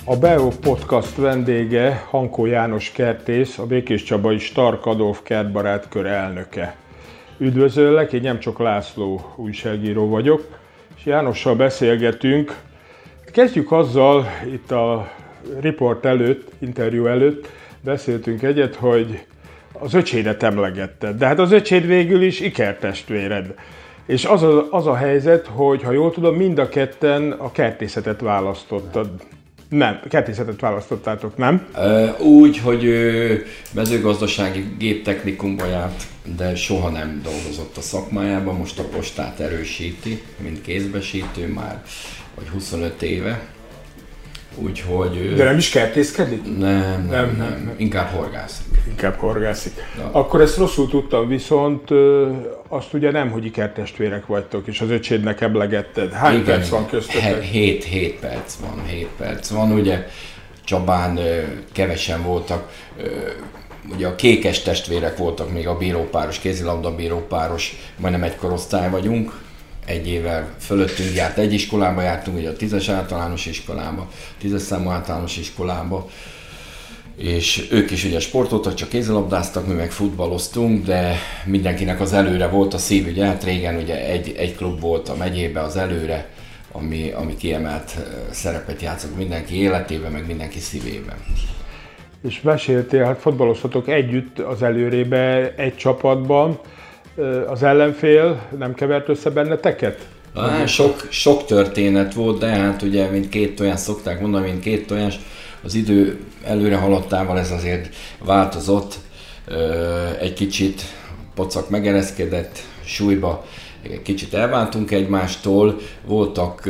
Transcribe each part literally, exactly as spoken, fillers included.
A BeO Podcast vendége Hankó János kertész, a Békéscsabai Stark Adolf kertbarátkör elnöke. Üdvözöllek, én Nemcsok László újságíró vagyok, és Jánossal beszélgetünk. Kezdjük azzal, itt a riport előtt, interjú előtt beszéltünk egyet, hogy az öcsédet emlegetted, de hát az öcséd végül is ikertestvéred. És az a, az a helyzet, hogy ha jól tudom, mind a ketten a kertészetet választottad. Nem, kertészetet választottátok, nem? Úgy, hogy mezőgazdasági géptechnikumba járt, de soha nem dolgozott a szakmájában, most a postát erősíti, mint kézbesítő már, vagy huszonöt éve. Úgyhogy... De nem is kertészkedik? Nem, nem, nem, nem, nem. Inkább horgászik. Inkább horgászik. Ja. Akkor ezt rosszul tudtam, viszont azt ugye nem, hogy ikertestvérek vagytok, és az öcsédnek emlegetted. Hány igen, perc van köztetek? hét, hét perc van, hét perc van. Ugye Csabán kevesen voltak, ugye a kékes testvérek voltak még a bírópáros, kézilabda bírópáros, majdnem egy korosztály vagyunk. Egy évvel fölöttünk járt, egy iskolába jártunk, ugye a tízes általános iskolába, tízes számú általános iskolába, és ők is ugye sportoltak, csak kézilabdáztak, mi meg futballoztunk, de mindenkinek az előre volt a szív, ugye hát régen ugye egy, egy klub volt a megyében az előre, ami, ami kiemelt szerepet játszott mindenki életében, meg mindenki szívében. És meséltél, hát futballoztatok együtt az előrébe, egy csapatban. Az ellenfél nem kevert össze benneteket? Á, sok, sok történet volt, de hát ugye, mint két tojás szokták mondani, mint két tojás, az idő előre haladtával ez azért változott. Egy kicsit pocak megereszkedett, súlyba kicsit elváltunk egymástól, voltak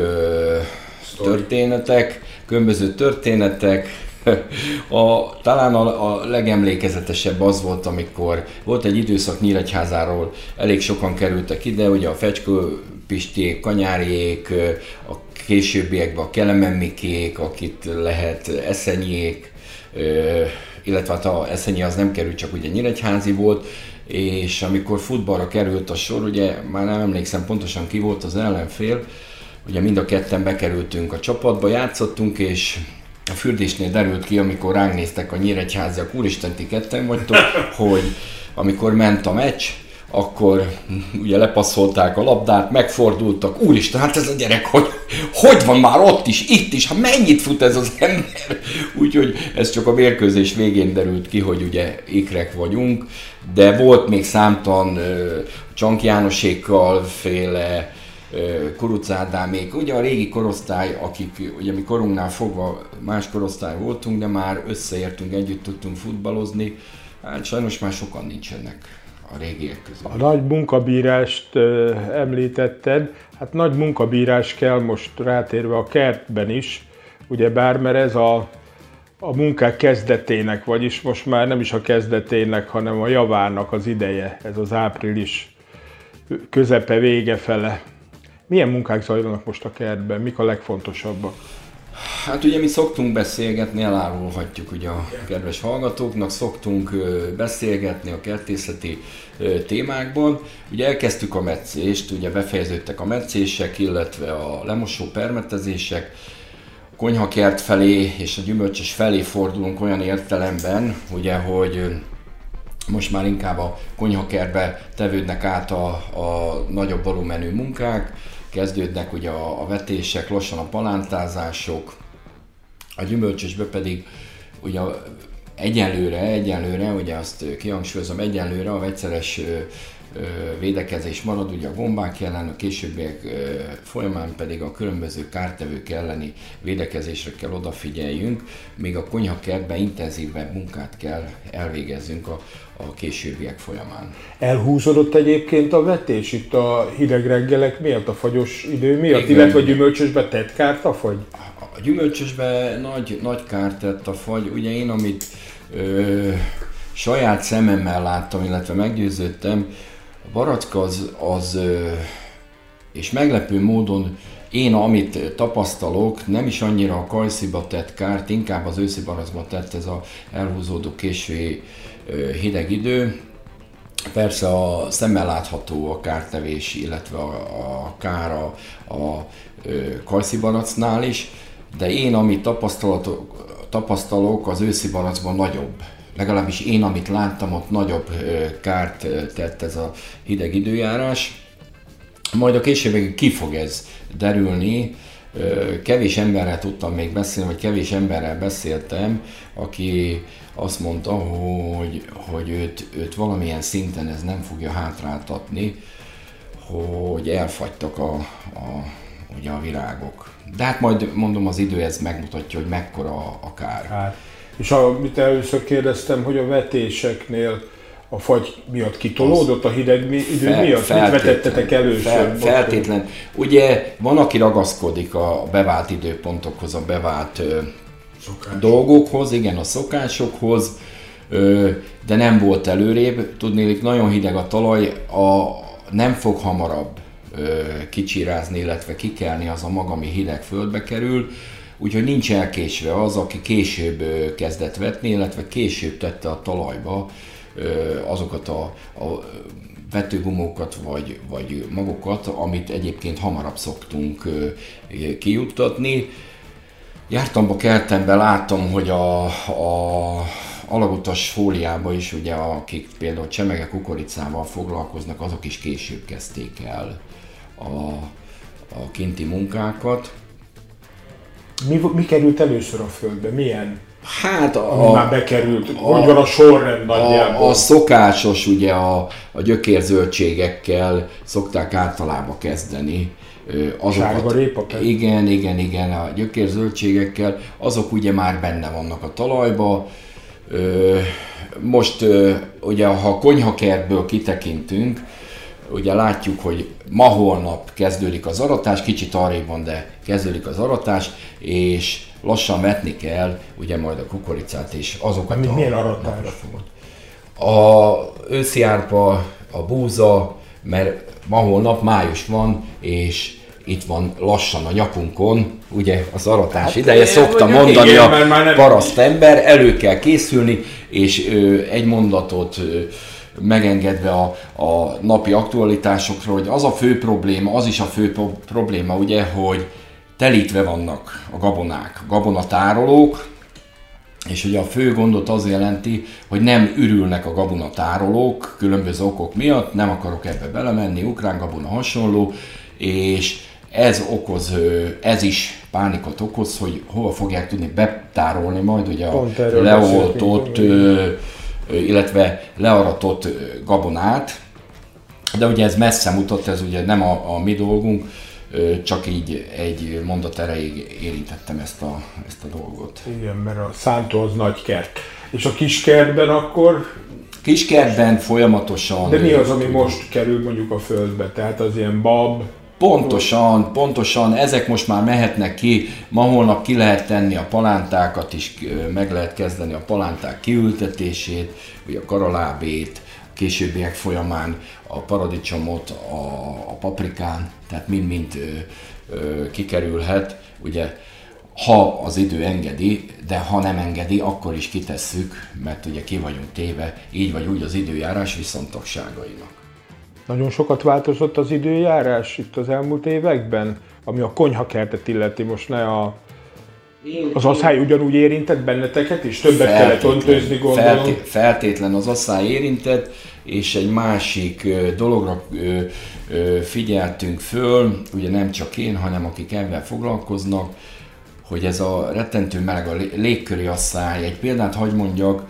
történetek, különböző történetek. A, talán a, a legemlékezetesebb az volt, amikor volt egy időszak Nyíregyházáról, elég sokan kerültek ide, ugye a Fecskő Pistiék, Kanyáriék, a későbbiekben a Kelemen Mikék, akit lehet Eszenyék, illetve hát a Eszenyi az nem került, csak ugye Nyíregyházi volt, és amikor futballra került a sor, ugye már nem emlékszem pontosan ki volt az ellenfél, ugye mind a ketten bekerültünk a csapatba, játszottunk, és a fürdésnél derült ki, amikor ránk néztek a nyíregyháziak, úristen, ti ketten vagytok, hogy amikor ment a meccs, akkor ugye lepasszolták a labdát, megfordultak, úristen, hát ez a gyerek, hogy, hogy van már ott is, itt is, hát mennyit fut ez az ember? Úgyhogy ez csak a mérkőzés végén derült ki, hogy ugye ikrek vagyunk, de volt még számtalan uh, Csank Jánosékkal féle, Kuruc Ádámék, ugye a régi korosztály, akik ugye mi korunknál fogva más korosztály voltunk, de már összeértünk, együtt tudtunk futballozni, hát sajnos már sokan nincsenek a régiek közül. A nagy munkabírást uh, említetted, hát nagy munkabírás kell most rátérve a kertben is, ugye bár mert ez a, a munkák kezdetének, vagyis most már nem is a kezdetének, hanem a javának az ideje, ez az április közepe vége fele. Milyen munkák zajlanak most a kertben? Mik a legfontosabbak? Hát ugye mi szoktunk beszélgetni, elárulhatjuk ugye a kedves hallgatóknak, szoktunk beszélgetni a kertészeti témákban. Ugye elkezdtük a metszést, ugye befejeződtek a metszések, illetve a lemosó permetezések. A konyhakert felé és a gyümölcsös felé fordulunk olyan értelemben, ugye, hogy most már inkább a konyhakertbe tevődnek át a, a nagyobb volumenű munkák, kezdődnek ugye a, a vetések, lassan a palántázások, a gyümölcsösbe pedig ugye egyenlőre, egyenlőre, ugye azt kihangsúlyozom, egyenlőre a vegyszeres védekezés marad, ugye a gombák ellen, a későbbiek folyamán pedig a különböző kártevők elleni védekezésre kell odafigyeljünk, még a konyhakertben intenzívebb munkát kell elvégezzünk a, a későbbiek folyamán. Elhúzódott egyébként a vetés itt a hideg reggelek miatt, a fagyos idő miatt, igen, illetve a gyümölcsösben tett kárt a fagy? A gyümölcsösben nagy, nagy kárt tett a fagy, ugye én amit ö, saját szememmel láttam, illetve meggyőződtem, a barack az, az ö, és meglepő módon én amit tapasztalok, nem is annyira a kajsziba tett kárt, inkább az őszi barackba tett ez a elhúzódó késői ö, hideg idő. Persze a szemmel látható a kártevés, illetve a, a kár a, a kajszibaracnál is, de én amit tapasztalok, az őszi barackban nagyobb. Legalábbis én, amit láttam, ott nagyobb kárt tett ez a hideg időjárás. Majd a későbbiekben ki fog ez derülni. Kevés emberrel tudtam még beszélni, vagy kevés emberrel beszéltem, aki azt mondta, hogy, hogy őt, őt valamilyen szinten ez nem fogja hátráltatni, hogy elfagytak a, a, ugye a virágok. De hát majd mondom, az idő ez megmutatja, hogy mekkora a kár. Hát. És amit először kérdeztem, hogy a vetéseknél a fagy miatt kitolódott a hideg idő fel, miatt? Mit vetettetek először? Fel, feltétlen. Ugye van, aki ragaszkodik a bevált időpontokhoz, a bevált Szokás. dolgokhoz, igen, a szokásokhoz, de nem volt előrébb. Tudnélik, nagyon hideg a talaj, a, nem fog hamarabb kicsirázni, illetve kikelni az a mag, ami hideg földbe kerül. Úgyhogy nincs elkésve az, aki később kezdett vetni, illetve később tette a talajba azokat a, a vetőgumókat vagy, vagy magokat, amit egyébként hamarabb szoktunk kijuttatni. Jártamba, kertembe, láttam, hogy a, a alagutas fóliába is, ugye, akik például csemege kukoricával foglalkoznak, azok is később kezdték el a, a kinti munkákat. Mi, mi került először a földbe? Milyen? Hát a, már bekerült, a, hogy van a sorrend nagyjából? A, a szokásos, ugye a, a gyökérzöldségekkel szokták általában kezdeni. Azokat, Sárgarépa? Igen, igen, igen, a gyökérzöldségekkel, azok ugye már benne vannak a talajba. Most ugye, ha a konyhakertből kitekintünk, ugye látjuk, hogy ma-holnap kezdődik az aratás, kicsit arrébb van, de kezdődik az aratás, és lassan vetni kell ugye majd a kukoricát és azokat. Mint milyen aratás? A őszi árpa, a búza, mert ma-holnap május van, és itt van lassan a nyakunkon, ugye az aratás hát ideje, szokta mondani igen, a parasztember, elő kell készülni, és ö, egy mondatot ö, megengedve a, a napi aktualitásokról, hogy az a fő probléma, az is a fő probléma, ugye, hogy telítve vannak a gabonák, a gabonatárolók, és ugye a fő gondot az jelenti, hogy nem ürülnek a gabonatárolók különböző okok miatt, nem akarok ebbe belemenni, ukrán gabona hasonló, és ez okoz, ez is pánikot okoz, hogy hova fogják tudni betárolni majd ugye a leoltott, illetve learatott gabonát, de ugye ez messze mutat, ez ugye nem a, a mi dolgunk, csak így egy mondat erejéig érintettem ezt a, ezt a dolgot. Igen, mert a szántó az nagy kert. És a kiskertben akkor? Kiskertben folyamatosan... De mi az, ami most kerül mondjuk a földbe? Tehát az ilyen bab? Pontosan, pontosan, ezek most már mehetnek ki, ma-holnap ki lehet tenni a palántákat is, meg lehet kezdeni a palánták kiültetését, vagy a karalábét, a későbbiek folyamán a paradicsomot, a, a paprikán, tehát mind-mind kikerülhet, ugye, ha az idő engedi, de ha nem engedi, akkor is kitesszük, mert ugye ki vagyunk téve, így vagy úgy az időjárás viszontagságainak. Nagyon sokat változott az időjárás itt az elmúlt években, ami a konyhakertet illeti, most ne a... Az asszály ugyanúgy érintett benneteket is? Többet kellett öntőzni, gondolom? Feltét, feltétlen az asszály érintett, és egy másik dologra figyeltünk föl, ugye nem csak én, hanem akik ebben foglalkoznak, hogy ez a rettentő meleg, a légköri asszály. Egy példát hagy mondjak,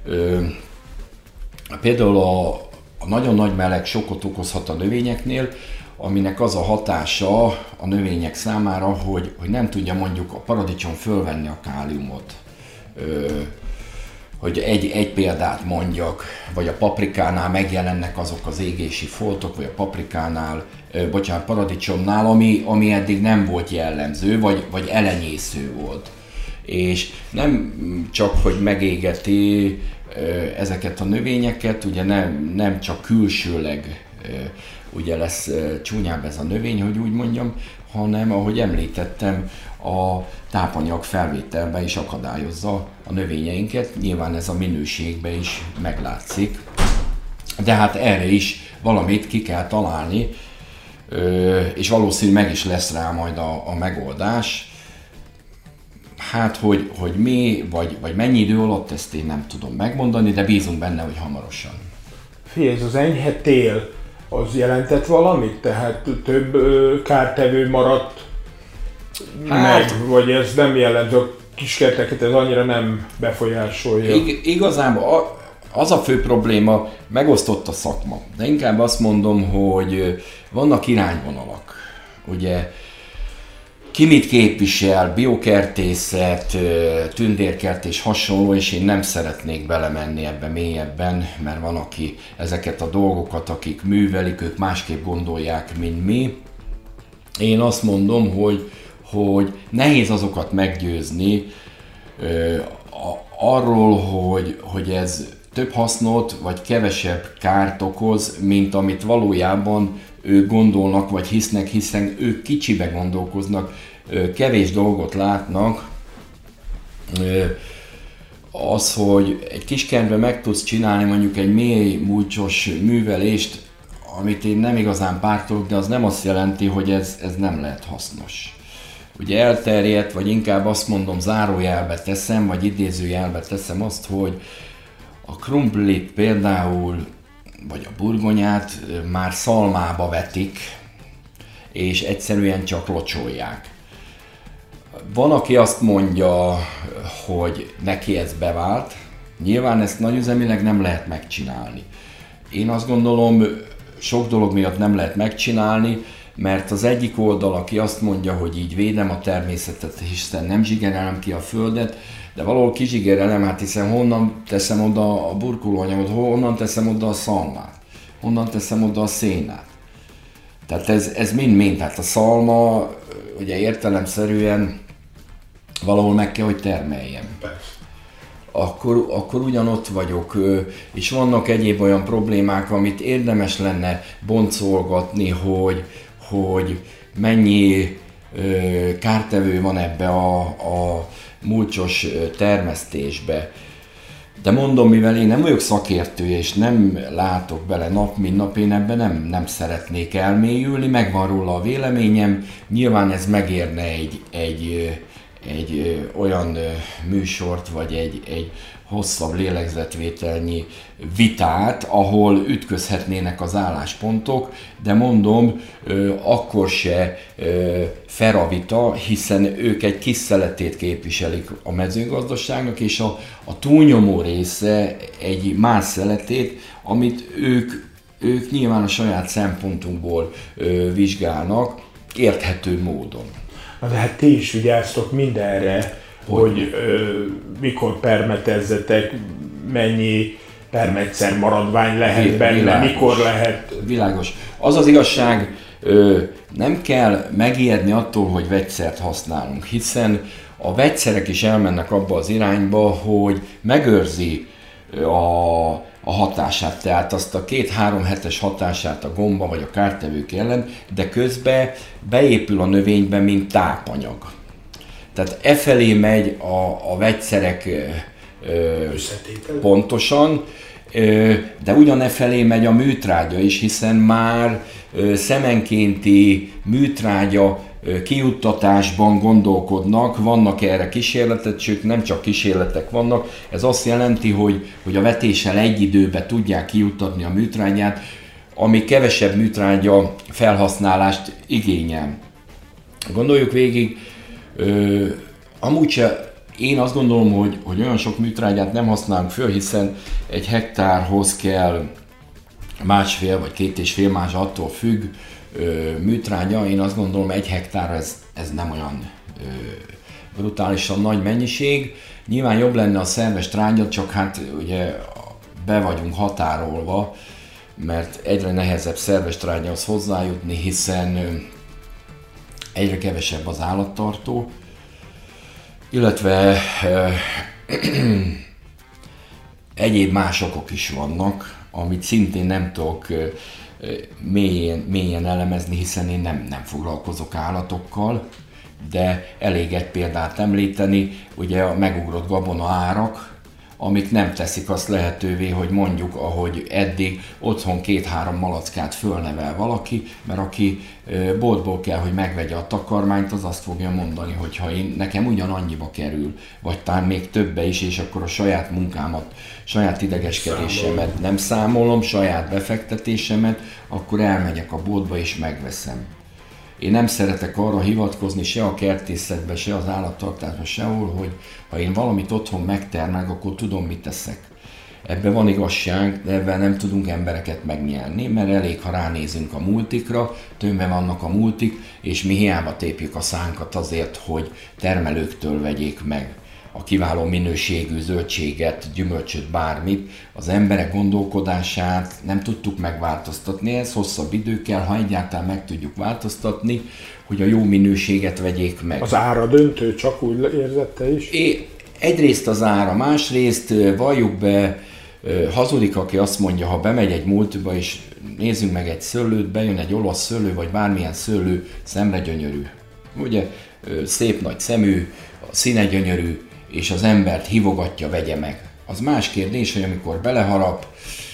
például a, a nagyon nagy meleg sokkot okozhat a növényeknél, aminek az a hatása a növények számára, hogy, hogy nem tudja mondjuk a paradicsom fölvenni a káliumot. Ö, hogy egy, egy példát mondjak, vagy a paprikánál megjelennek azok az égési foltok, vagy a paprikánál, ö, bocsánat, paradicsomnál, ami, ami eddig nem volt jellemző, vagy, vagy elenyésző volt. És nem csak, hogy megégeti ö, ezeket a növényeket, ugye nem, nem csak külsőleg ö, ugye lesz csúnyább ez a növény, hogy úgy mondjam, hanem, ahogy említettem, a tápanyag felvételbe is akadályozza a növényeinket. Nyilván ez a minőségbe is meglátszik, de hát erre is valamit ki kell találni, és valószínűleg meg is lesz rá majd a, a megoldás. Hát, hogy, hogy mi, vagy, vagy mennyi idő alatt, ezt én nem tudom megmondani, de bízunk benne, hogy hamarosan. Figyelj, ez az enyhe tél, az jelentett valamit? Tehát több ö, kártevő maradt hát, meg, vagy ez nem jelent, a kiskerteket ez annyira nem befolyásolja? Ig- igazából az a fő probléma, megosztott a szakma, de inkább azt mondom, hogy vannak irányvonalak. Ugye, ki mit képvisel, biokertészet, tündérkert és hasonló, és én nem szeretnék belemenni ebbe mélyebben, mert van, aki ezeket a dolgokat, akik művelik, ők másképp gondolják, mint mi. Én azt mondom, hogy, hogy nehéz azokat meggyőzni arról, hogy, hogy ez több hasznot vagy kevesebb kárt okoz, mint amit valójában ők gondolnak vagy hisznek, hiszen ők kicsibe gondolkoznak, kevés dolgot látnak. Az, hogy egy kiskertben meg tudsz csinálni mondjuk egy mély múlcsos művelést, amit én nem igazán pártolok, de az nem azt jelenti, hogy ez, ez nem lehet hasznos. Ugye elterjedt, vagy inkább azt mondom, zárójelbe teszem, vagy idézőjelbe teszem azt, hogy a krumplit például, vagy a burgonyát már szalmába vetik, és egyszerűen csak locsolják. Van, aki azt mondja, hogy neki ez bevált, nyilván ezt nagyüzemileg nem lehet megcsinálni. Én azt gondolom, sok dolog miatt nem lehet megcsinálni, mert az egyik oldal, aki azt mondja, hogy így védem a természetet, hiszen nem zsigerelem ki a földet, de valahol kizsigerelem, hát hiszen honnan teszem oda a burkolóanyagot, honnan teszem oda a szalmát, honnan teszem oda a szénát. Tehát ez, ez mind-mind, tehát a szalma ugye értelemszerűen valahol meg kell, hogy termeljem. Akkor, akkor ugyanott vagyok, és vannak egyéb olyan problémák, amit érdemes lenne boncolgatni, hogy, hogy mennyi kártevő van ebbe a, a múlcsos termesztésbe. De mondom, mivel én nem vagyok szakértő, és nem látok bele nap, mint nap, én ebben nem, nem szeretnék elmélyülni, megvan róla a véleményem, nyilván ez megérne egy, egy, egy olyan műsort, vagy egy, egy hosszabb lélegzetvételnyi vitát, ahol ütközhetnének az álláspontok, de mondom, akkor se fair a vita, hiszen ők egy kis szeletét képviselik a mezőgazdaságnak, és a, a túlnyomó része egy más szeletét, amit ők, ők nyilván a saját szempontunkból vizsgálnak, érthető módon. Na de hát ti is vigyáztok mindenre, hogy, hogy ö, mikor permetezzetek, mennyi permetszer maradvány lehet benne, világos, mikor lehet... Világos. Az az igazság, ö, nem kell megijedni attól, hogy vegyszert használunk, hiszen a vegyszerek is elmennek abba az irányba, hogy megőrzi a, a hatását, tehát azt a két-három hetes hatását a gomba vagy a kártevők ellen, de közben beépül a növénybe, mint tápanyag. Tehát e felé megy a, a vegyszerek ö, pontosan, ö, de ugyane felé megy a műtrágya is, hiszen már ö, szemenkénti műtrágya ö, kijuttatásban gondolkodnak, vannak erre kísérletek, sőt nem csak kísérletek vannak, ez azt jelenti, hogy, hogy a vetéssel egy időben tudják kijuttatni a műtrágyát, ami kevesebb műtrágya felhasználást igényel. Gondoljuk végig, Ö, amúgy se, én azt gondolom, hogy, hogy olyan sok műtrágyát nem használunk föl, hiszen egy hektárhoz kell másfél vagy két és fél más, attól függ ö, műtrágya. Én azt gondolom, egy hektár ez, ez nem olyan ö, brutálisan nagy mennyiség. Nyilván jobb lenne a szerves trágya, csak hát ugye be vagyunk határolva, mert egyre nehezebb szerves trágyához hozzájutni, hiszen ö, egyre kevesebb az állattartó, illetve ö, egyéb más okok is vannak, amit szintén nem tudok ö, mélyen, mélyen elemezni, hiszen én nem, nem foglalkozok állatokkal, de elég egy példát említeni, ugye a megugrott gabona árak, amik nem teszik azt lehetővé, hogy mondjuk, ahogy eddig otthon két-három malackát fölnevel valaki, mert aki boltból kell, hogy megvegye a takarmányt, az azt fogja mondani, hogy ha én, nekem ugyanannyiba kerül, vagy talán még többe is, és akkor a saját munkámat, saját idegeskedésemet nem számolom, saját befektetésemet, akkor elmegyek a boltba és megveszem. Én nem szeretek arra hivatkozni se a kertészetbe, se az állattartásba, sehol, hogy ha én valamit otthon megtermelek, akkor tudom, mit teszek. Ebben van igazság, de ebben nem tudunk embereket megnyerni, mert elég, ha ránézünk a multikra, többen vannak a multik, és mi hiába tépjük a szánkat azért, hogy termelőktől vegyék meg a kiváló minőségű zöldséget, gyümölcsöt, bármit, az emberek gondolkodását nem tudtuk megváltoztatni, ez hosszabb idő kell, ha egyáltalán meg tudjuk változtatni, hogy a jó minőséget vegyék meg. Az ára döntő, csak úgy érzette is? É, egyrészt az ára, másrészt valljuk be, hazudik, aki azt mondja, ha bemegy egy multiba és nézzünk meg egy szőlőt, bejön egy olasz szőlő, vagy bármilyen szőlő, szemre gyönyörű. Ugye szép nagy szemű, színe gyönyörű, és az embert hívogatja, vegye meg. Az más kérdés, hogy amikor beleharap,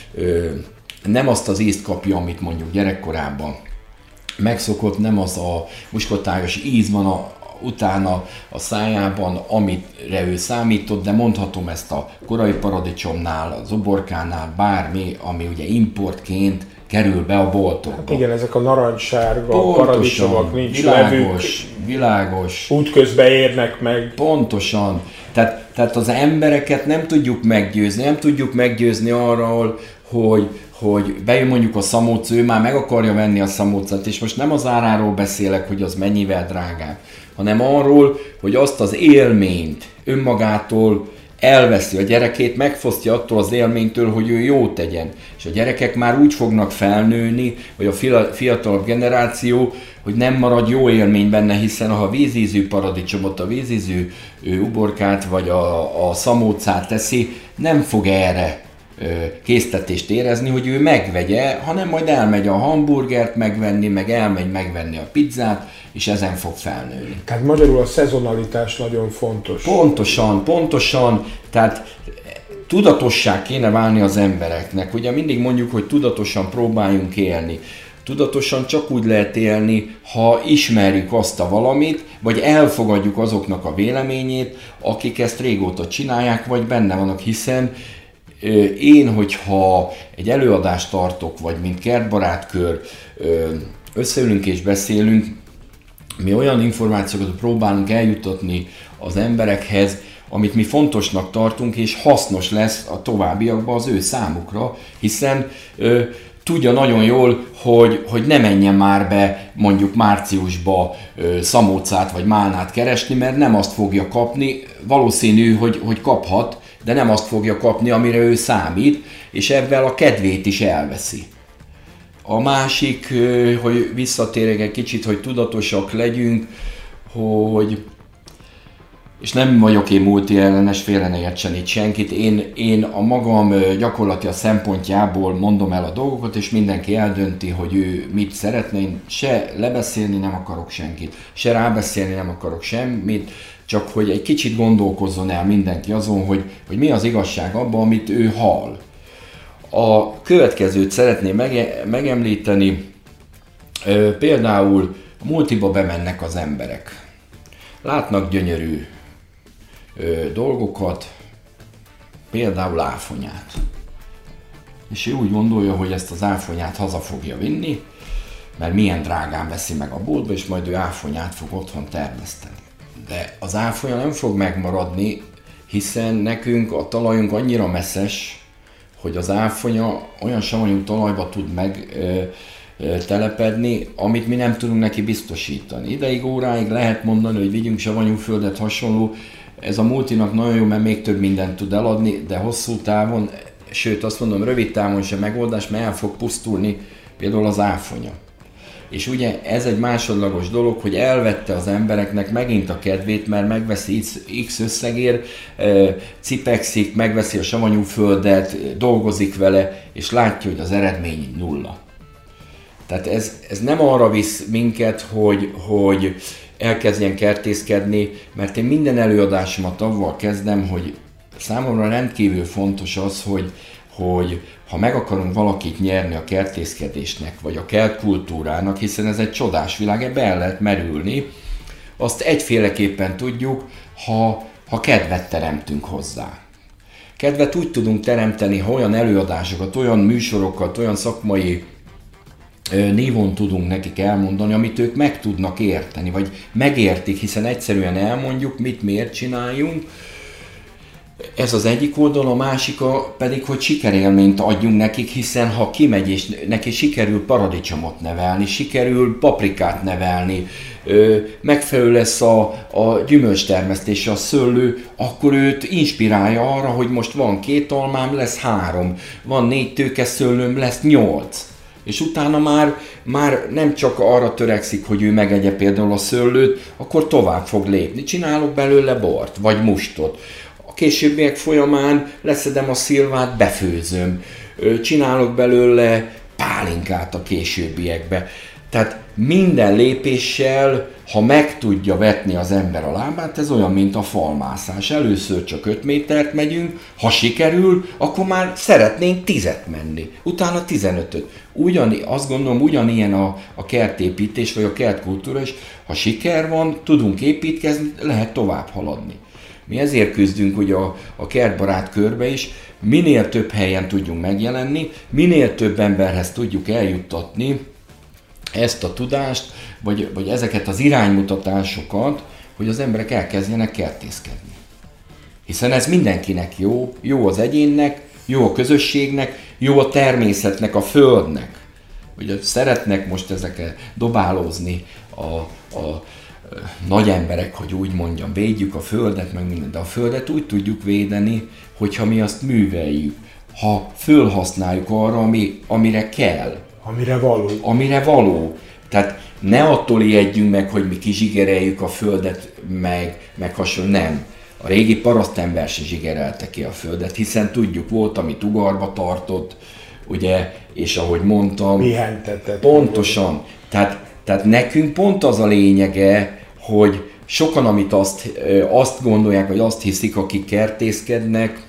nem azt az ízt kapja, amit mondjuk gyerekkorában megszokott, nem az a muskotályos íz van a, utána a szájában, amire ő számított, de mondhatom ezt a korai paradicsomnál, az uborkánál, bármi, ami ugye importként kerül be a boltokba. Hát igen, ezek a narancssárga paradicsomok, nincs világos, levük, világos. útközben érnek meg. Pontosan. Tehát, tehát az embereket nem tudjuk meggyőzni, nem tudjuk meggyőzni arról, hogy, hogy bejön mondjuk a szamóc, ő már meg akarja venni a szamócát, és most nem az áráról beszélek, hogy az mennyivel drágább, hanem arról, hogy azt az élményt önmagától elveszi a gyerekét, megfosztja attól az élménytől, hogy ő jót tegyen. És a gyerekek már úgy fognak felnőni, vagy a fiatalabb generáció, hogy nem marad jó élmény benne, hiszen ha a vízízű paradicsomot, a vízízű uborkát, vagy a, a szamócát teszi, nem fog erre késztetést érezni, hogy ő megvegye, hanem majd elmegy a hamburgert megvenni, meg elmegy megvenni a pizzát, és ezen fog felnőni. Tehát magyarul a szezonalitás nagyon fontos. Pontosan, pontosan, tehát tudatosság kéne válni az embereknek. Ugye mindig mondjuk, hogy tudatosan próbáljunk élni. Tudatosan csak úgy lehet élni, ha ismerjük azt a valamit, vagy elfogadjuk azoknak a véleményét, akik ezt régóta csinálják, vagy benne vannak, hiszen én, hogyha egy előadást tartok, vagy mint kertbarátkör összeülünk és beszélünk, mi olyan információkat próbálunk eljutatni az emberekhez, amit mi fontosnak tartunk, és hasznos lesz a továbbiakban az ő számukra, hiszen ö, tudja nagyon jól, hogy, hogy ne menjen már be mondjuk márciusba ö, szamócát vagy málnát keresni, mert nem azt fogja kapni, valószínű, hogy, hogy kaphat, de nem azt fogja kapni, amire ő számít, és ebben a kedvét is elveszi. A másik, hogy visszatérek egy kicsit, hogy tudatosak legyünk, hogy, és nem vagyok én multi ellenes, félre ne értsen itt senkit, én, én a magam gyakorlati a szempontjából mondom el a dolgokat, és mindenki eldönti, hogy ő mit szeretne, én se lebeszélni nem akarok senkit, se rábeszélni nem akarok semmit, csak hogy egy kicsit gondolkozzon el mindenki azon, hogy, hogy mi az igazság abban, amit ő hall. A következőt szeretném mege- megemlíteni, e, például a multiba bemennek az emberek. Látnak gyönyörű e, dolgokat, például áfonyát. És ő úgy gondolja, hogy ezt az áfonyát haza fogja vinni, mert milyen drágán veszi meg a boltba, és majd ő áfonyát fog otthon termeszteni. De az áfonya nem fog megmaradni, hiszen nekünk a talajunk annyira messzes, hogy az áfonya olyan savanyú talajba tud megtelepedni, amit mi nem tudunk neki biztosítani. Ideig, óráig lehet mondani, hogy vigyünk savanyú földet, hasonló. Ez a multinak nagyon jó, mert még több mindent tud eladni, de hosszú távon, sőt azt mondom, rövid távon sem megoldás, mert el fog pusztulni például az áfonya. És ugye ez egy másodlagos dolog, hogy elvette az embereknek megint a kedvét, mert megveszi X összegért, cipekszik, megveszi a savanyú földet, dolgozik vele, és látja, hogy az eredmény nulla. Tehát ez, ez nem arra visz minket, hogy, hogy elkezdjen kertészkedni, mert én minden előadásomat avval kezdem, hogy számomra rendkívül fontos az, hogy, hogy ha meg akarunk valakit nyerni a kertészkedésnek, vagy a kertkultúrának, hiszen ez egy csodás világ, ebbe el lehet merülni, azt egyféleképpen tudjuk, ha, ha kedvet teremtünk hozzá. Kedvet úgy tudunk teremteni, ha olyan előadásokat, olyan műsorokat, olyan szakmai névon tudunk nekik elmondani, amit ők meg tudnak érteni, vagy megértik, hiszen egyszerűen elmondjuk, mit miért csináljunk. Ez az egyik oldal, a másik pedig, hogy sikerélményt adjunk nekik, hiszen ha kimegy és neki sikerül paradicsomot nevelni, sikerül paprikát nevelni, megfelelő lesz a, a gyümölcstermesztése, a szőlő, akkor őt inspirálja arra, hogy most van két almám, lesz három, van négy tőkeszőlőm, lesz nyolc. És utána már, már nem csak arra törekszik, hogy ő megegye például a szőlőt, akkor tovább fog lépni. Csinálok belőle bort, vagy mustot. A későbbiek folyamán leszedem a szilvát, befőzöm. Csinálok belőle pálinkát a későbbiekbe. Tehát minden lépéssel, ha meg tudja vetni az ember a lábát, ez olyan, mint a falmászás. Először csak öt métert megyünk, ha sikerül, akkor már szeretnénk tízet menni, utána tizenötöt. Ugyan, azt gondolom, ugyanilyen a, a kertépítés, vagy a kertkultúra is, ha siker van, tudunk építkezni, lehet tovább haladni. Mi ezért küzdünk ugye a, a kertbarát körbe is, minél több helyen tudjunk megjelenni, minél több emberhez tudjuk eljuttatni ezt a tudást, vagy, vagy ezeket az iránymutatásokat, hogy az emberek elkezdjenek kertészkedni. Hiszen ez mindenkinek jó, jó az egyénnek, jó a közösségnek, jó a természetnek, a földnek. Ugye szeretnek most ezeket dobálózni a, a nagy emberek, hogy úgy mondjam, védjük a földet, meg mindent, de a földet úgy tudjuk védeni, hogyha mi azt műveljük, ha fölhasználjuk arra, ami, amire kell. Amire való. Amire való. Tehát ne attól ijedjünk meg, hogy mi kizsigereljük a földet, meg, meg hasonló, nem. A régi parasztember se zsigerelte ki a földet, hiszen tudjuk, volt, ami ugarba tartott, ugye, és ahogy mondtam, pihentetett. Pontosan. Tehát, tehát nekünk pont az a lényege, hogy sokan, amit azt, azt gondolják, vagy azt hiszik, akik kertészkednek,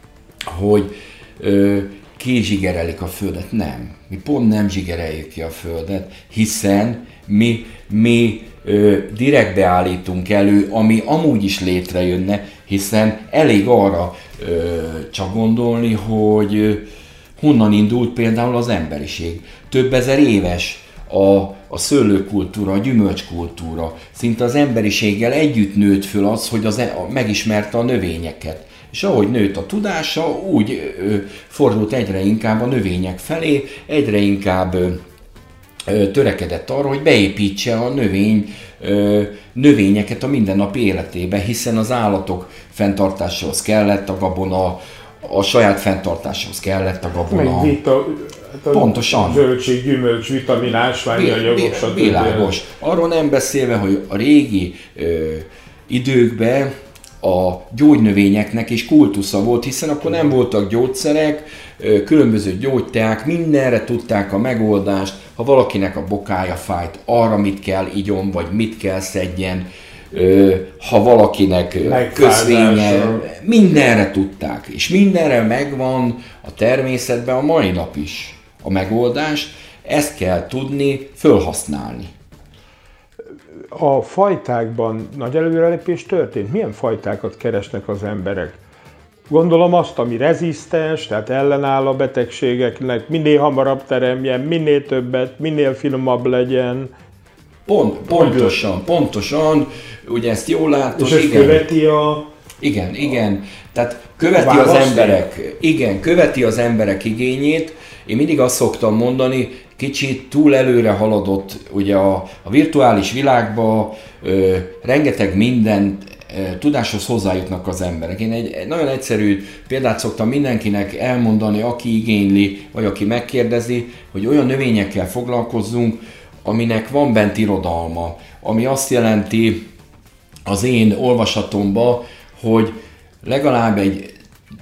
hogy ö, ki zsigerelik a földet. Nem. Mi pont nem zsigereljük ki a földet, hiszen mi, mi ö, direktbe állítunk elő, ami amúgy is létrejönne, hiszen elég arra ö, csak gondolni, hogy ö, honnan indult például az emberiség. Több ezer éves a, a szőlőkultúra, a gyümölcskultúra. Szinte az emberiséggel együtt nőtt föl az, hogy az, a, megismerte a növényeket. És ahogy nőtt a tudása, úgy ö, fordult egyre inkább a növények felé, egyre inkább ö, ö, törekedett arra, hogy beépítse a növény, ö, növényeket a mindennapi életébe, hiszen az állatok fenntartásához kellett a gabona, a saját fenntartásához kellett a gabona. Meg vita, hát pontosan. Zöldség, gyümölcs, vitamin, ásványi anyagok, stb. Világos. Arról nem beszélve, hogy a régi ö, időkben a gyógynövényeknek is kultusza volt, hiszen akkor nem voltak gyógyszerek, ö, különböző gyógyteák, mindenre tudták a megoldást, ha valakinek a bokája fájt, arra mit kell igyon, vagy mit kell szedjen, ö, ha valakinek köszvénye, mindenre tudták, és mindenre megvan a természetben a mai nap is a megoldás, ezt kell tudni fölhasználni. A fajtákban nagy előrelépés történt? Milyen fajtákat keresnek az emberek? Gondolom azt, ami rezisztens, tehát ellenáll a betegségeknek, minél hamarabb teremjen, minél többet, minél finomabb legyen. Pont, pontosan, pontosan, ugye ezt jól látod. És ezt követi a... Igen, igen, tehát követi az emberek, igen, követi az emberek igényét. Én mindig azt szoktam mondani, kicsit túl előre haladott ugye a, a virtuális világba, ö, rengeteg mindent, ö, tudáshoz hozzájutnak az emberek. Én egy, egy nagyon egyszerű példát szoktam mindenkinek elmondani, aki igényli, vagy aki megkérdezi, hogy olyan növényekkel foglalkozzunk, aminek van bent irodalma, ami azt jelenti az én olvasatomban, hogy legalább egy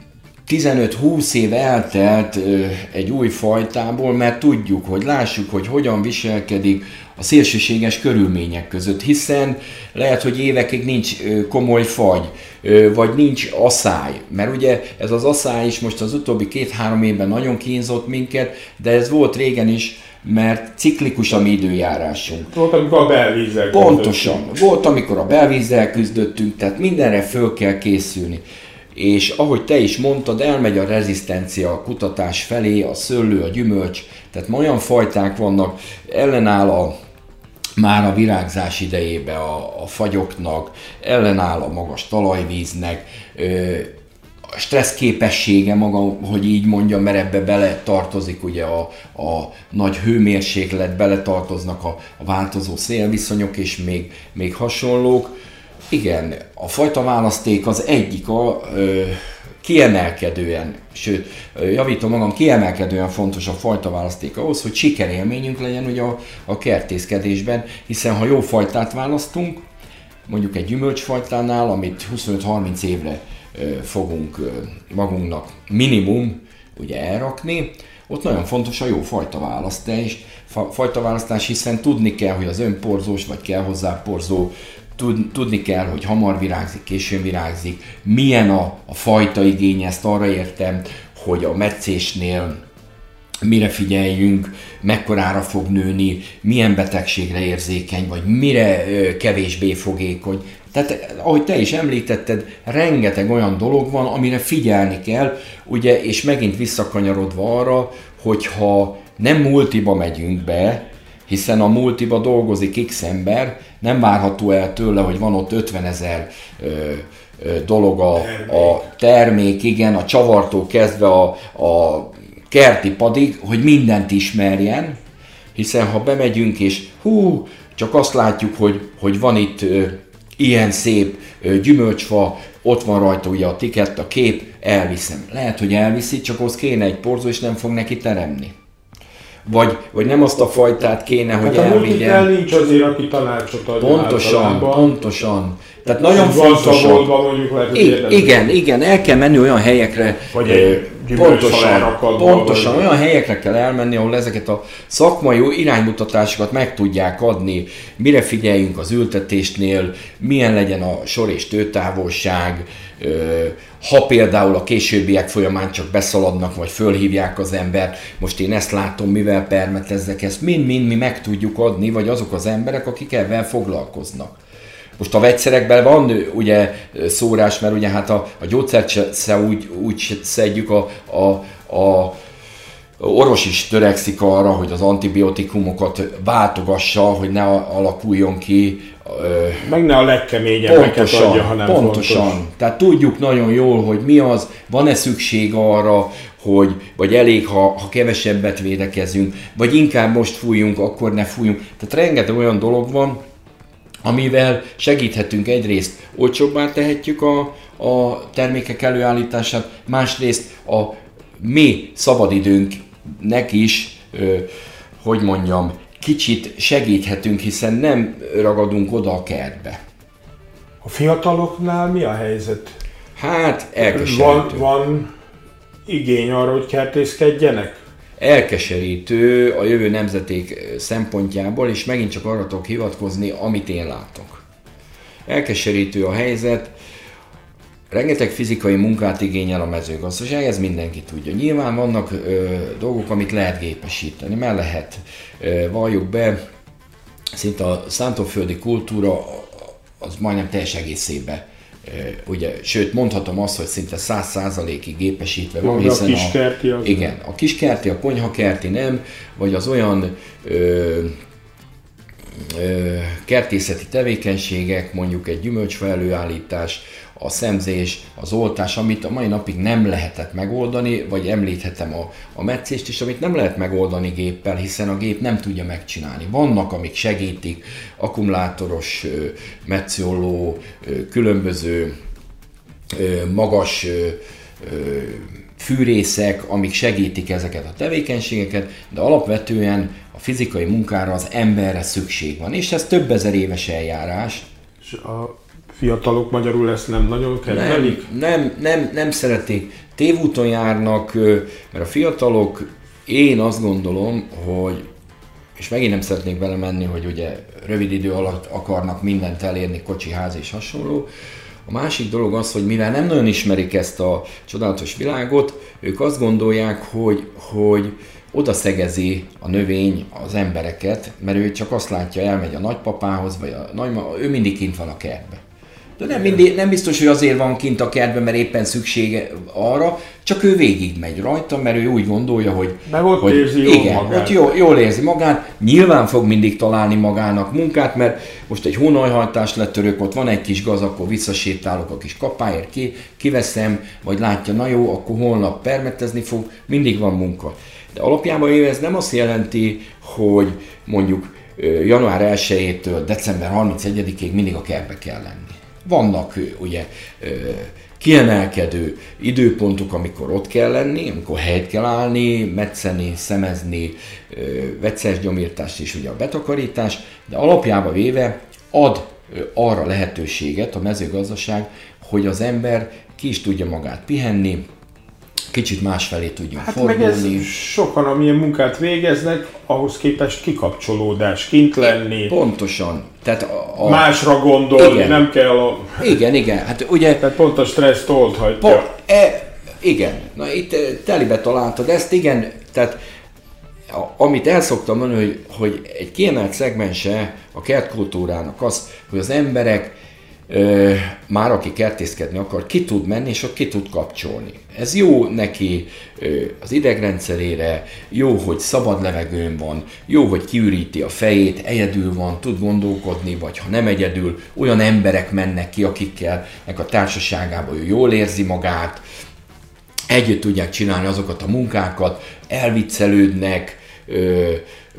tizenöt-húsz év eltelt egy új fajtából, mert tudjuk, hogy lássuk, hogy hogyan viselkedik a szélsőséges körülmények között, hiszen lehet, hogy évekig nincs komoly fagy, vagy nincs aszály, mert ugye ez az aszály is most az utóbbi két-három évben nagyon kínzott minket, de ez volt régen is, mert ciklikus a mi időjárásunk. Volt, amikor a belvízzel Pontosan. Volt, amikor a belvízzel küzdöttünk, tehát mindenre föl kell készülni. És ahogy te is mondtad, elmegy a rezisztencia kutatás felé, a szőlő, a gyümölcs, tehát olyan fajták vannak, ellenáll a, már a virágzás idejében a, a fagyoknak, ellenáll a magas talajvíznek, ö, a stressz képessége maga, hogy így mondjam, mert ebbe bele tartozik ugye a, a nagy hőmérséklet, bele tartoznak a, a változó szélviszonyok és még, még hasonlók. Igen, a fajta választék az egyik a ö, kiemelkedően, sőt, javítom magam, kiemelkedően fontos a fajta választék ahhoz, hogy sikerélményünk legyen ugye a, a kertészkedésben, hiszen ha jó fajtát választunk, mondjuk egy gyümölcsfajtánál, amit huszonöt-harminc évre ö, fogunk ö, magunknak minimum ugye elrakni, ott nagyon fontos a jó fajtaválasztás, fa, fajtaválasztás, hiszen tudni kell, hogy az önporzós vagy kell hozzá porzó, Tud, tudni kell, hogy hamar virágzik, későn virágzik, milyen a, a fajta igény, ezt arra értem, hogy a metszésnél mire figyeljünk, mekkorára fog nőni, milyen betegségre érzékeny, vagy mire ö, kevésbé fogékony. Tehát, ahogy te is említetted, rengeteg olyan dolog van, amire figyelni kell, ugye, és megint visszakanyarodva arra, hogyha nem multiba megyünk be, hiszen a multiba dolgozik x ember, nem várható el tőle, hogy van ott ötvenezer dolog a, a termék, igen, a csavartól kezdve a, a kerti padig, hogy mindent ismerjen, hiszen ha bemegyünk és hú, csak azt látjuk, hogy, hogy van itt ö, ilyen szép ö, gyümölcsfa, ott van rajta ugye a tikett, a kép, elviszem. Lehet, hogy elviszi, csak az kéne egy porzó, és nem fog neki teremni. Vagy, vagy nem azt a fajtát kéne, hát hogy elvigyen. Hát nincs azért, aki tanácsot adja. Pontosan, általában. pontosan. Tehát nagyon fontos. Igen, igen, el kell menni olyan helyekre, vagy egy pontosan, pontosan olyan helyekre kell elmenni, ahol ezeket a szakmai iránymutatásokat meg tudják adni, mire figyeljünk az ültetésnél, milyen legyen a sor és tőtávolság, ha például a későbbiek folyamán csak beszaladnak, vagy fölhívják az embert, most én ezt látom, mivel permetezzek, ezt mind-mind mi meg tudjuk adni, vagy azok az emberek, akik ebben foglalkoznak. Most a vegyszerekben van ugye szórás, mert ugye hát a, a gyógyszert se úgy, úgy szedjük, a, a, a orvos is törekszik arra, hogy az antibiotikumokat váltogassa, hogy ne alakuljon ki. Meg ne a legkeményebbeket adja, hanem pontosan. Fontos. Tehát tudjuk nagyon jól, hogy mi az, van-e szükség arra, hogy, vagy elég, ha, ha kevesebbet védekezünk, vagy inkább most fújjunk, akkor ne fújjunk. Tehát rengeteg olyan dolog van, amivel segíthetünk, egyrészt olcsóbbá tehetjük a, a termékek előállítását, másrészt a mi szabadidőnknek is, ö, hogy mondjam, kicsit segíthetünk, hiszen nem ragadunk oda a kertbe. A fiataloknál mi a helyzet? Hát elkeserítő. Van, van igény arra, hogy kertészkedjenek? Elkeserítő a jövő nemzeték szempontjából, és megint csak arra tudok hivatkozni, amit én látok. Elkeserítő a helyzet, rengeteg fizikai munkát igényel a mezőgazdaság, ez mindenki tudja. Nyilván vannak ö, dolgok, amit lehet gépesíteni, mert lehet, ö, valljuk be, szinte a szántóföldi kultúra az majdnem teljes egészében. Ugye, sőt, mondhatom azt, hogy szinte száz százalékig gépesítve van, hiszen a kiskerti az igen, a kiskerti, a konyhakerti nem, vagy az olyan ö, ö, kertészeti tevékenységek, mondjuk egy gyümölcsfa előállítás, a szemzés, az oltás, amit a mai napig nem lehetett megoldani, vagy említhetem a, a metszést is, amit nem lehet megoldani géppel, hiszen a gép nem tudja megcsinálni. Vannak, amik segítik, akkumulátoros metsziolló, különböző magas fűrészek, amik segítik ezeket a tevékenységeket, de alapvetően a fizikai munkára az emberre szükség van, és ez több ezer éves eljárás. És a fiatalok magyarul ezt nem nagyon kedvelik? Nem, nem, nem, nem szeretik. tévúton járnak, mert a fiatalok, én azt gondolom, hogy, és megint nem szeretnék belemenni, hogy ugye rövid idő alatt akarnak mindent elérni, kocsi, ház és hasonló. A másik dolog az, hogy mivel nem nagyon ismerik ezt a csodálatos világot, ők azt gondolják, hogy, hogy oda szegezi a növény az embereket, mert ő csak azt látja, elmegy a nagypapához, vagy a nagyma, ő mindig kint van a kertben. De nem, mindig, nem biztos, hogy azért van kint a kertben, mert éppen szüksége arra, csak ő végig megy rajta, mert ő úgy gondolja, hogy... Meg ott hogy érzi jól igen, magát. ott jól, jól érzi magát, nyilván fog mindig találni magának munkát, mert most egy hónajhajtást letörök, ott van egy kis gaz, akkor visszasétálok a kis kapáért, ki, kiveszem, vagy látja, na jó, akkor holnap permetezni fog, mindig van munka. De alapjában ez nem azt jelenti, hogy mondjuk január elsejétől december harmincegyedikéig mindig a kertbe kell lenni. Vannak ugye kiemelkedő időpontok, amikor ott kell lenni, amikor helyt kell állni, metszeni, szemezni, vegyszergyomírtást és ugye a betakarítás, de alapjában véve ad arra lehetőséget a mezőgazdaság, hogy az ember ki is tudja magát pihenni, kicsit másfelé tudjunk hát fordulni. Meg ez sokan, amilyen munkát végeznek, ahhoz képest kikapcsolódás, kint lenni. Pontosan. Tehát a, a... Másra gondolni, igen. nem kell a... Igen, igen. Hát ugye... Tehát pont a stresszt oldhatja. Po... E... Igen. Na itt telibe találtad ezt, igen. Tehát a, amit el szoktam mondani, hogy, hogy egy kiemelt szegmense a kertkultúrának az, hogy az emberek Ö, már aki kertészkedni akar, ki tud menni, és ott ki tud kapcsolni. Ez jó neki ö, az idegrendszerére, jó, hogy szabad levegőn van, jó, hogy kiüríti a fejét, egyedül van, tud gondolkodni, vagy ha nem egyedül, olyan emberek mennek ki, akikkel a társaságában ő jól érzi magát, együtt tudják csinálni azokat a munkákat, elviccelődnek, ö, ö,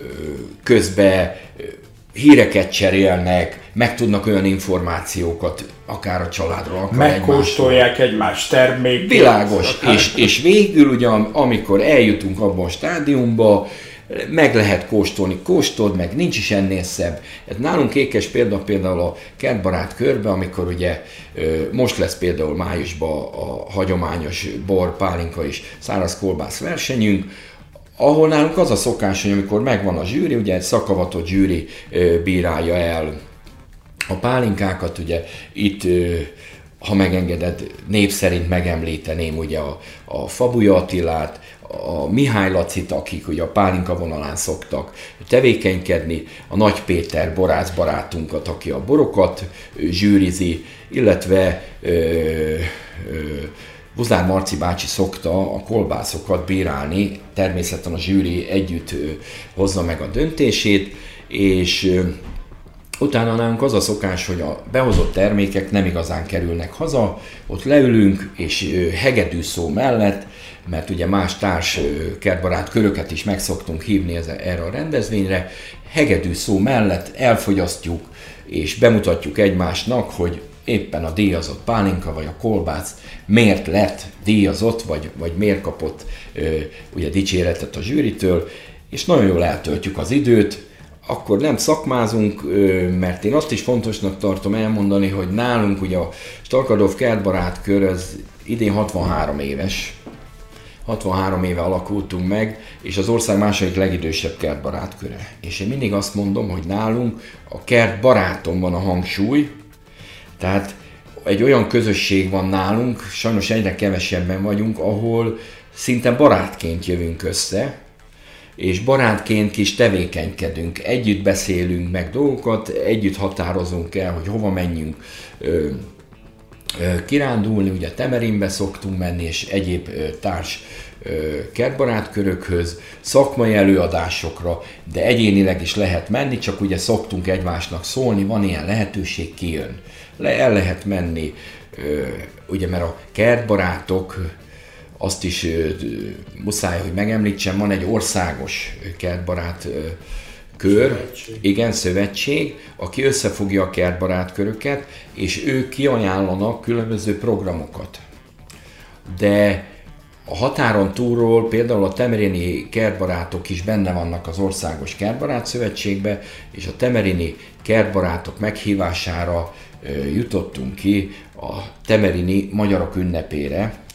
közben ö, híreket cserélnek, megtudnak olyan információkat, akár a családról, akár megkóstolják egymás termékét. Világos. És, és végül ugye, amikor eljutunk abban a stádiumba, meg lehet kóstolni, kóstold meg, nincs is ennél szebb. Ez nálunk ékes példa például a kertbarát körbe, amikor ugye most lesz például májusban a hagyományos bor, pálinka és száraz kolbász versenyünk, ahol nálunk az a szokás, hogy amikor megvan a zsűri, ugye egy szakavatott zsűri bírálja el a pálinkákat, ugye itt, ha megengeded, név szerint megemlíteném ugye a, a Fabuja Attilát, a Mihály Lacit, akik ugye a pálinka vonalán szoktak tevékenykedni, a Nagy Péter borász barátunkat, aki a borokat zsűrizi, illetve ö, ö, Buzár Marci bácsi szokta a kolbászokat bírálni, természetesen a zsűri együtt hozza meg a döntését, és utána nálunk az a szokás, hogy a behozott termékek nem igazán kerülnek haza, ott leülünk, és hegedű szó mellett, mert ugye más társ kertbarát köröket is meg szoktunk hívni erre a rendezvényre, hegedű szó mellett elfogyasztjuk, és bemutatjuk egymásnak, hogy éppen a díjazott pálinka vagy a kolbász miért lett díjazott, vagy, vagy miért kapott ugye dicséretet a zsűritől, és nagyon jól eltöltjük az időt, akkor nem szakmázunk, mert én azt is fontosnak tartom elmondani, hogy nálunk ugye a Starkadolf kertbarát kör az idén hatvanhárom éves, hatvanhárom éve alakultunk meg, és az ország második legidősebb kertbarátköre. És én mindig azt mondom, hogy nálunk a kertbaráton van a hangsúly, tehát egy olyan közösség van nálunk, sajnos egyre kevesebben vagyunk, ahol szinte barátként jövünk össze, és barátként is tevékenykedünk, együtt beszélünk meg dolgokat, együtt határozunk el, hogy hova menjünk ö, ö, kirándulni, ugye Temerinbe szoktunk menni, és egyéb ö, társ ö, kertbarátkörökhöz, szakmai előadásokra, de egyénileg is lehet menni, csak ugye szoktunk egymásnak szólni, van ilyen lehetőség, kijön. Le, el lehet menni, ö, ugye mert a kertbarátok, azt is ö, muszáj, hogy megemlítsem, van egy országos kertbarát ö, kör, szövetség. Igen, szövetség, aki összefogja a kertbarátköröket, és ők kiajánlanak különböző programokat. De a határon túlról például a temerini kertbarátok is benne vannak az országos kertbarát szövetségbe, és a temerini kertbarátok meghívására ö, jutottunk ki a temerini magyarok ünnepére,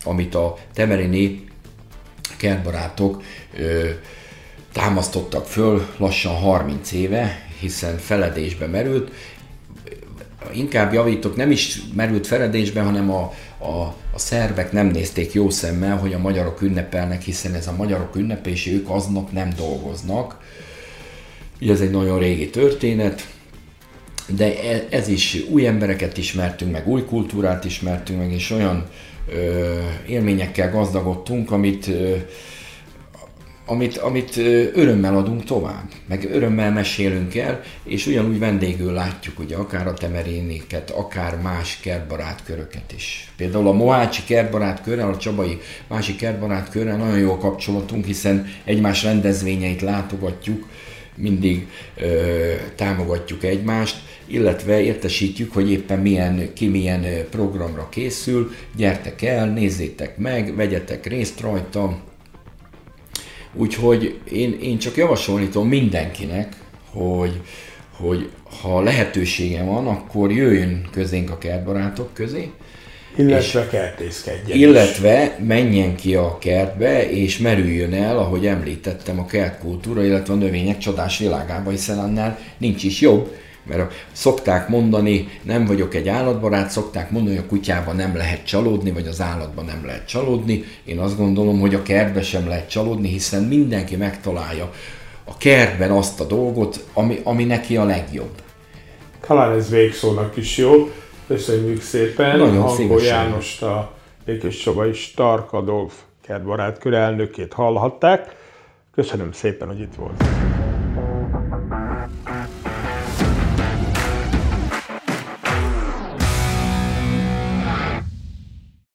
amit a temerini kertbarátok ö, támasztottak föl lassan harminc éve, hiszen feledésbe merült. Inkább javítok, nem is merült feledésbe, hanem a, a, a szerbek nem nézték jó szemmel, hogy a magyarok ünnepelnek, hiszen ez a magyarok ünnepe, és ők aznap nem dolgoznak. Így ez egy nagyon régi történet, de ez is, új embereket ismertünk meg, új kultúrát ismertünk meg, és olyan ö, élményekkel gazdagodtunk, amit, ö, amit, amit ö, örömmel adunk tovább, meg örömmel mesélünk el, és ugyanúgy vendégül látjuk, ugye, akár a temeriniket, akár más kertbarátköröket is. Például a mohácsi kertbarátkörrel, a csabai másik kertbarátkörrel nagyon jó kapcsolatunk, hiszen egymás rendezvényeit látogatjuk, mindig ö, támogatjuk egymást, illetve értesítjük, hogy éppen milyen, ki milyen programra készül, gyertek el, nézzétek meg, vegyetek részt rajta. Úgyhogy én, én csak javasolni tudom mindenkinek, hogy, hogy ha lehetősége van, akkor jöjjön közénk a kertbarátok közé, illetve kertészkedjen. Illetve menjen ki a kertbe, és merüljön el, ahogy említettem, a kertkultúra, illetve a növények csodás világába, hiszen annál nincs is jobb, mert szokták mondani, nem vagyok egy állatbarát, szokták mondani, hogy a kutyában nem lehet csalódni, vagy az állatban nem lehet csalódni. Én azt gondolom, hogy a kertbe sem lehet csalódni, hiszen mindenki megtalálja a kertben azt a dolgot, ami, ami neki a legjobb. Talán ez végszónak is jó. Köszönjük szépen. Hankó Jánost, a Békéscsabai Stark Adolf kertbarátkör elnökét hallhatták. Köszönöm szépen, hogy itt volt.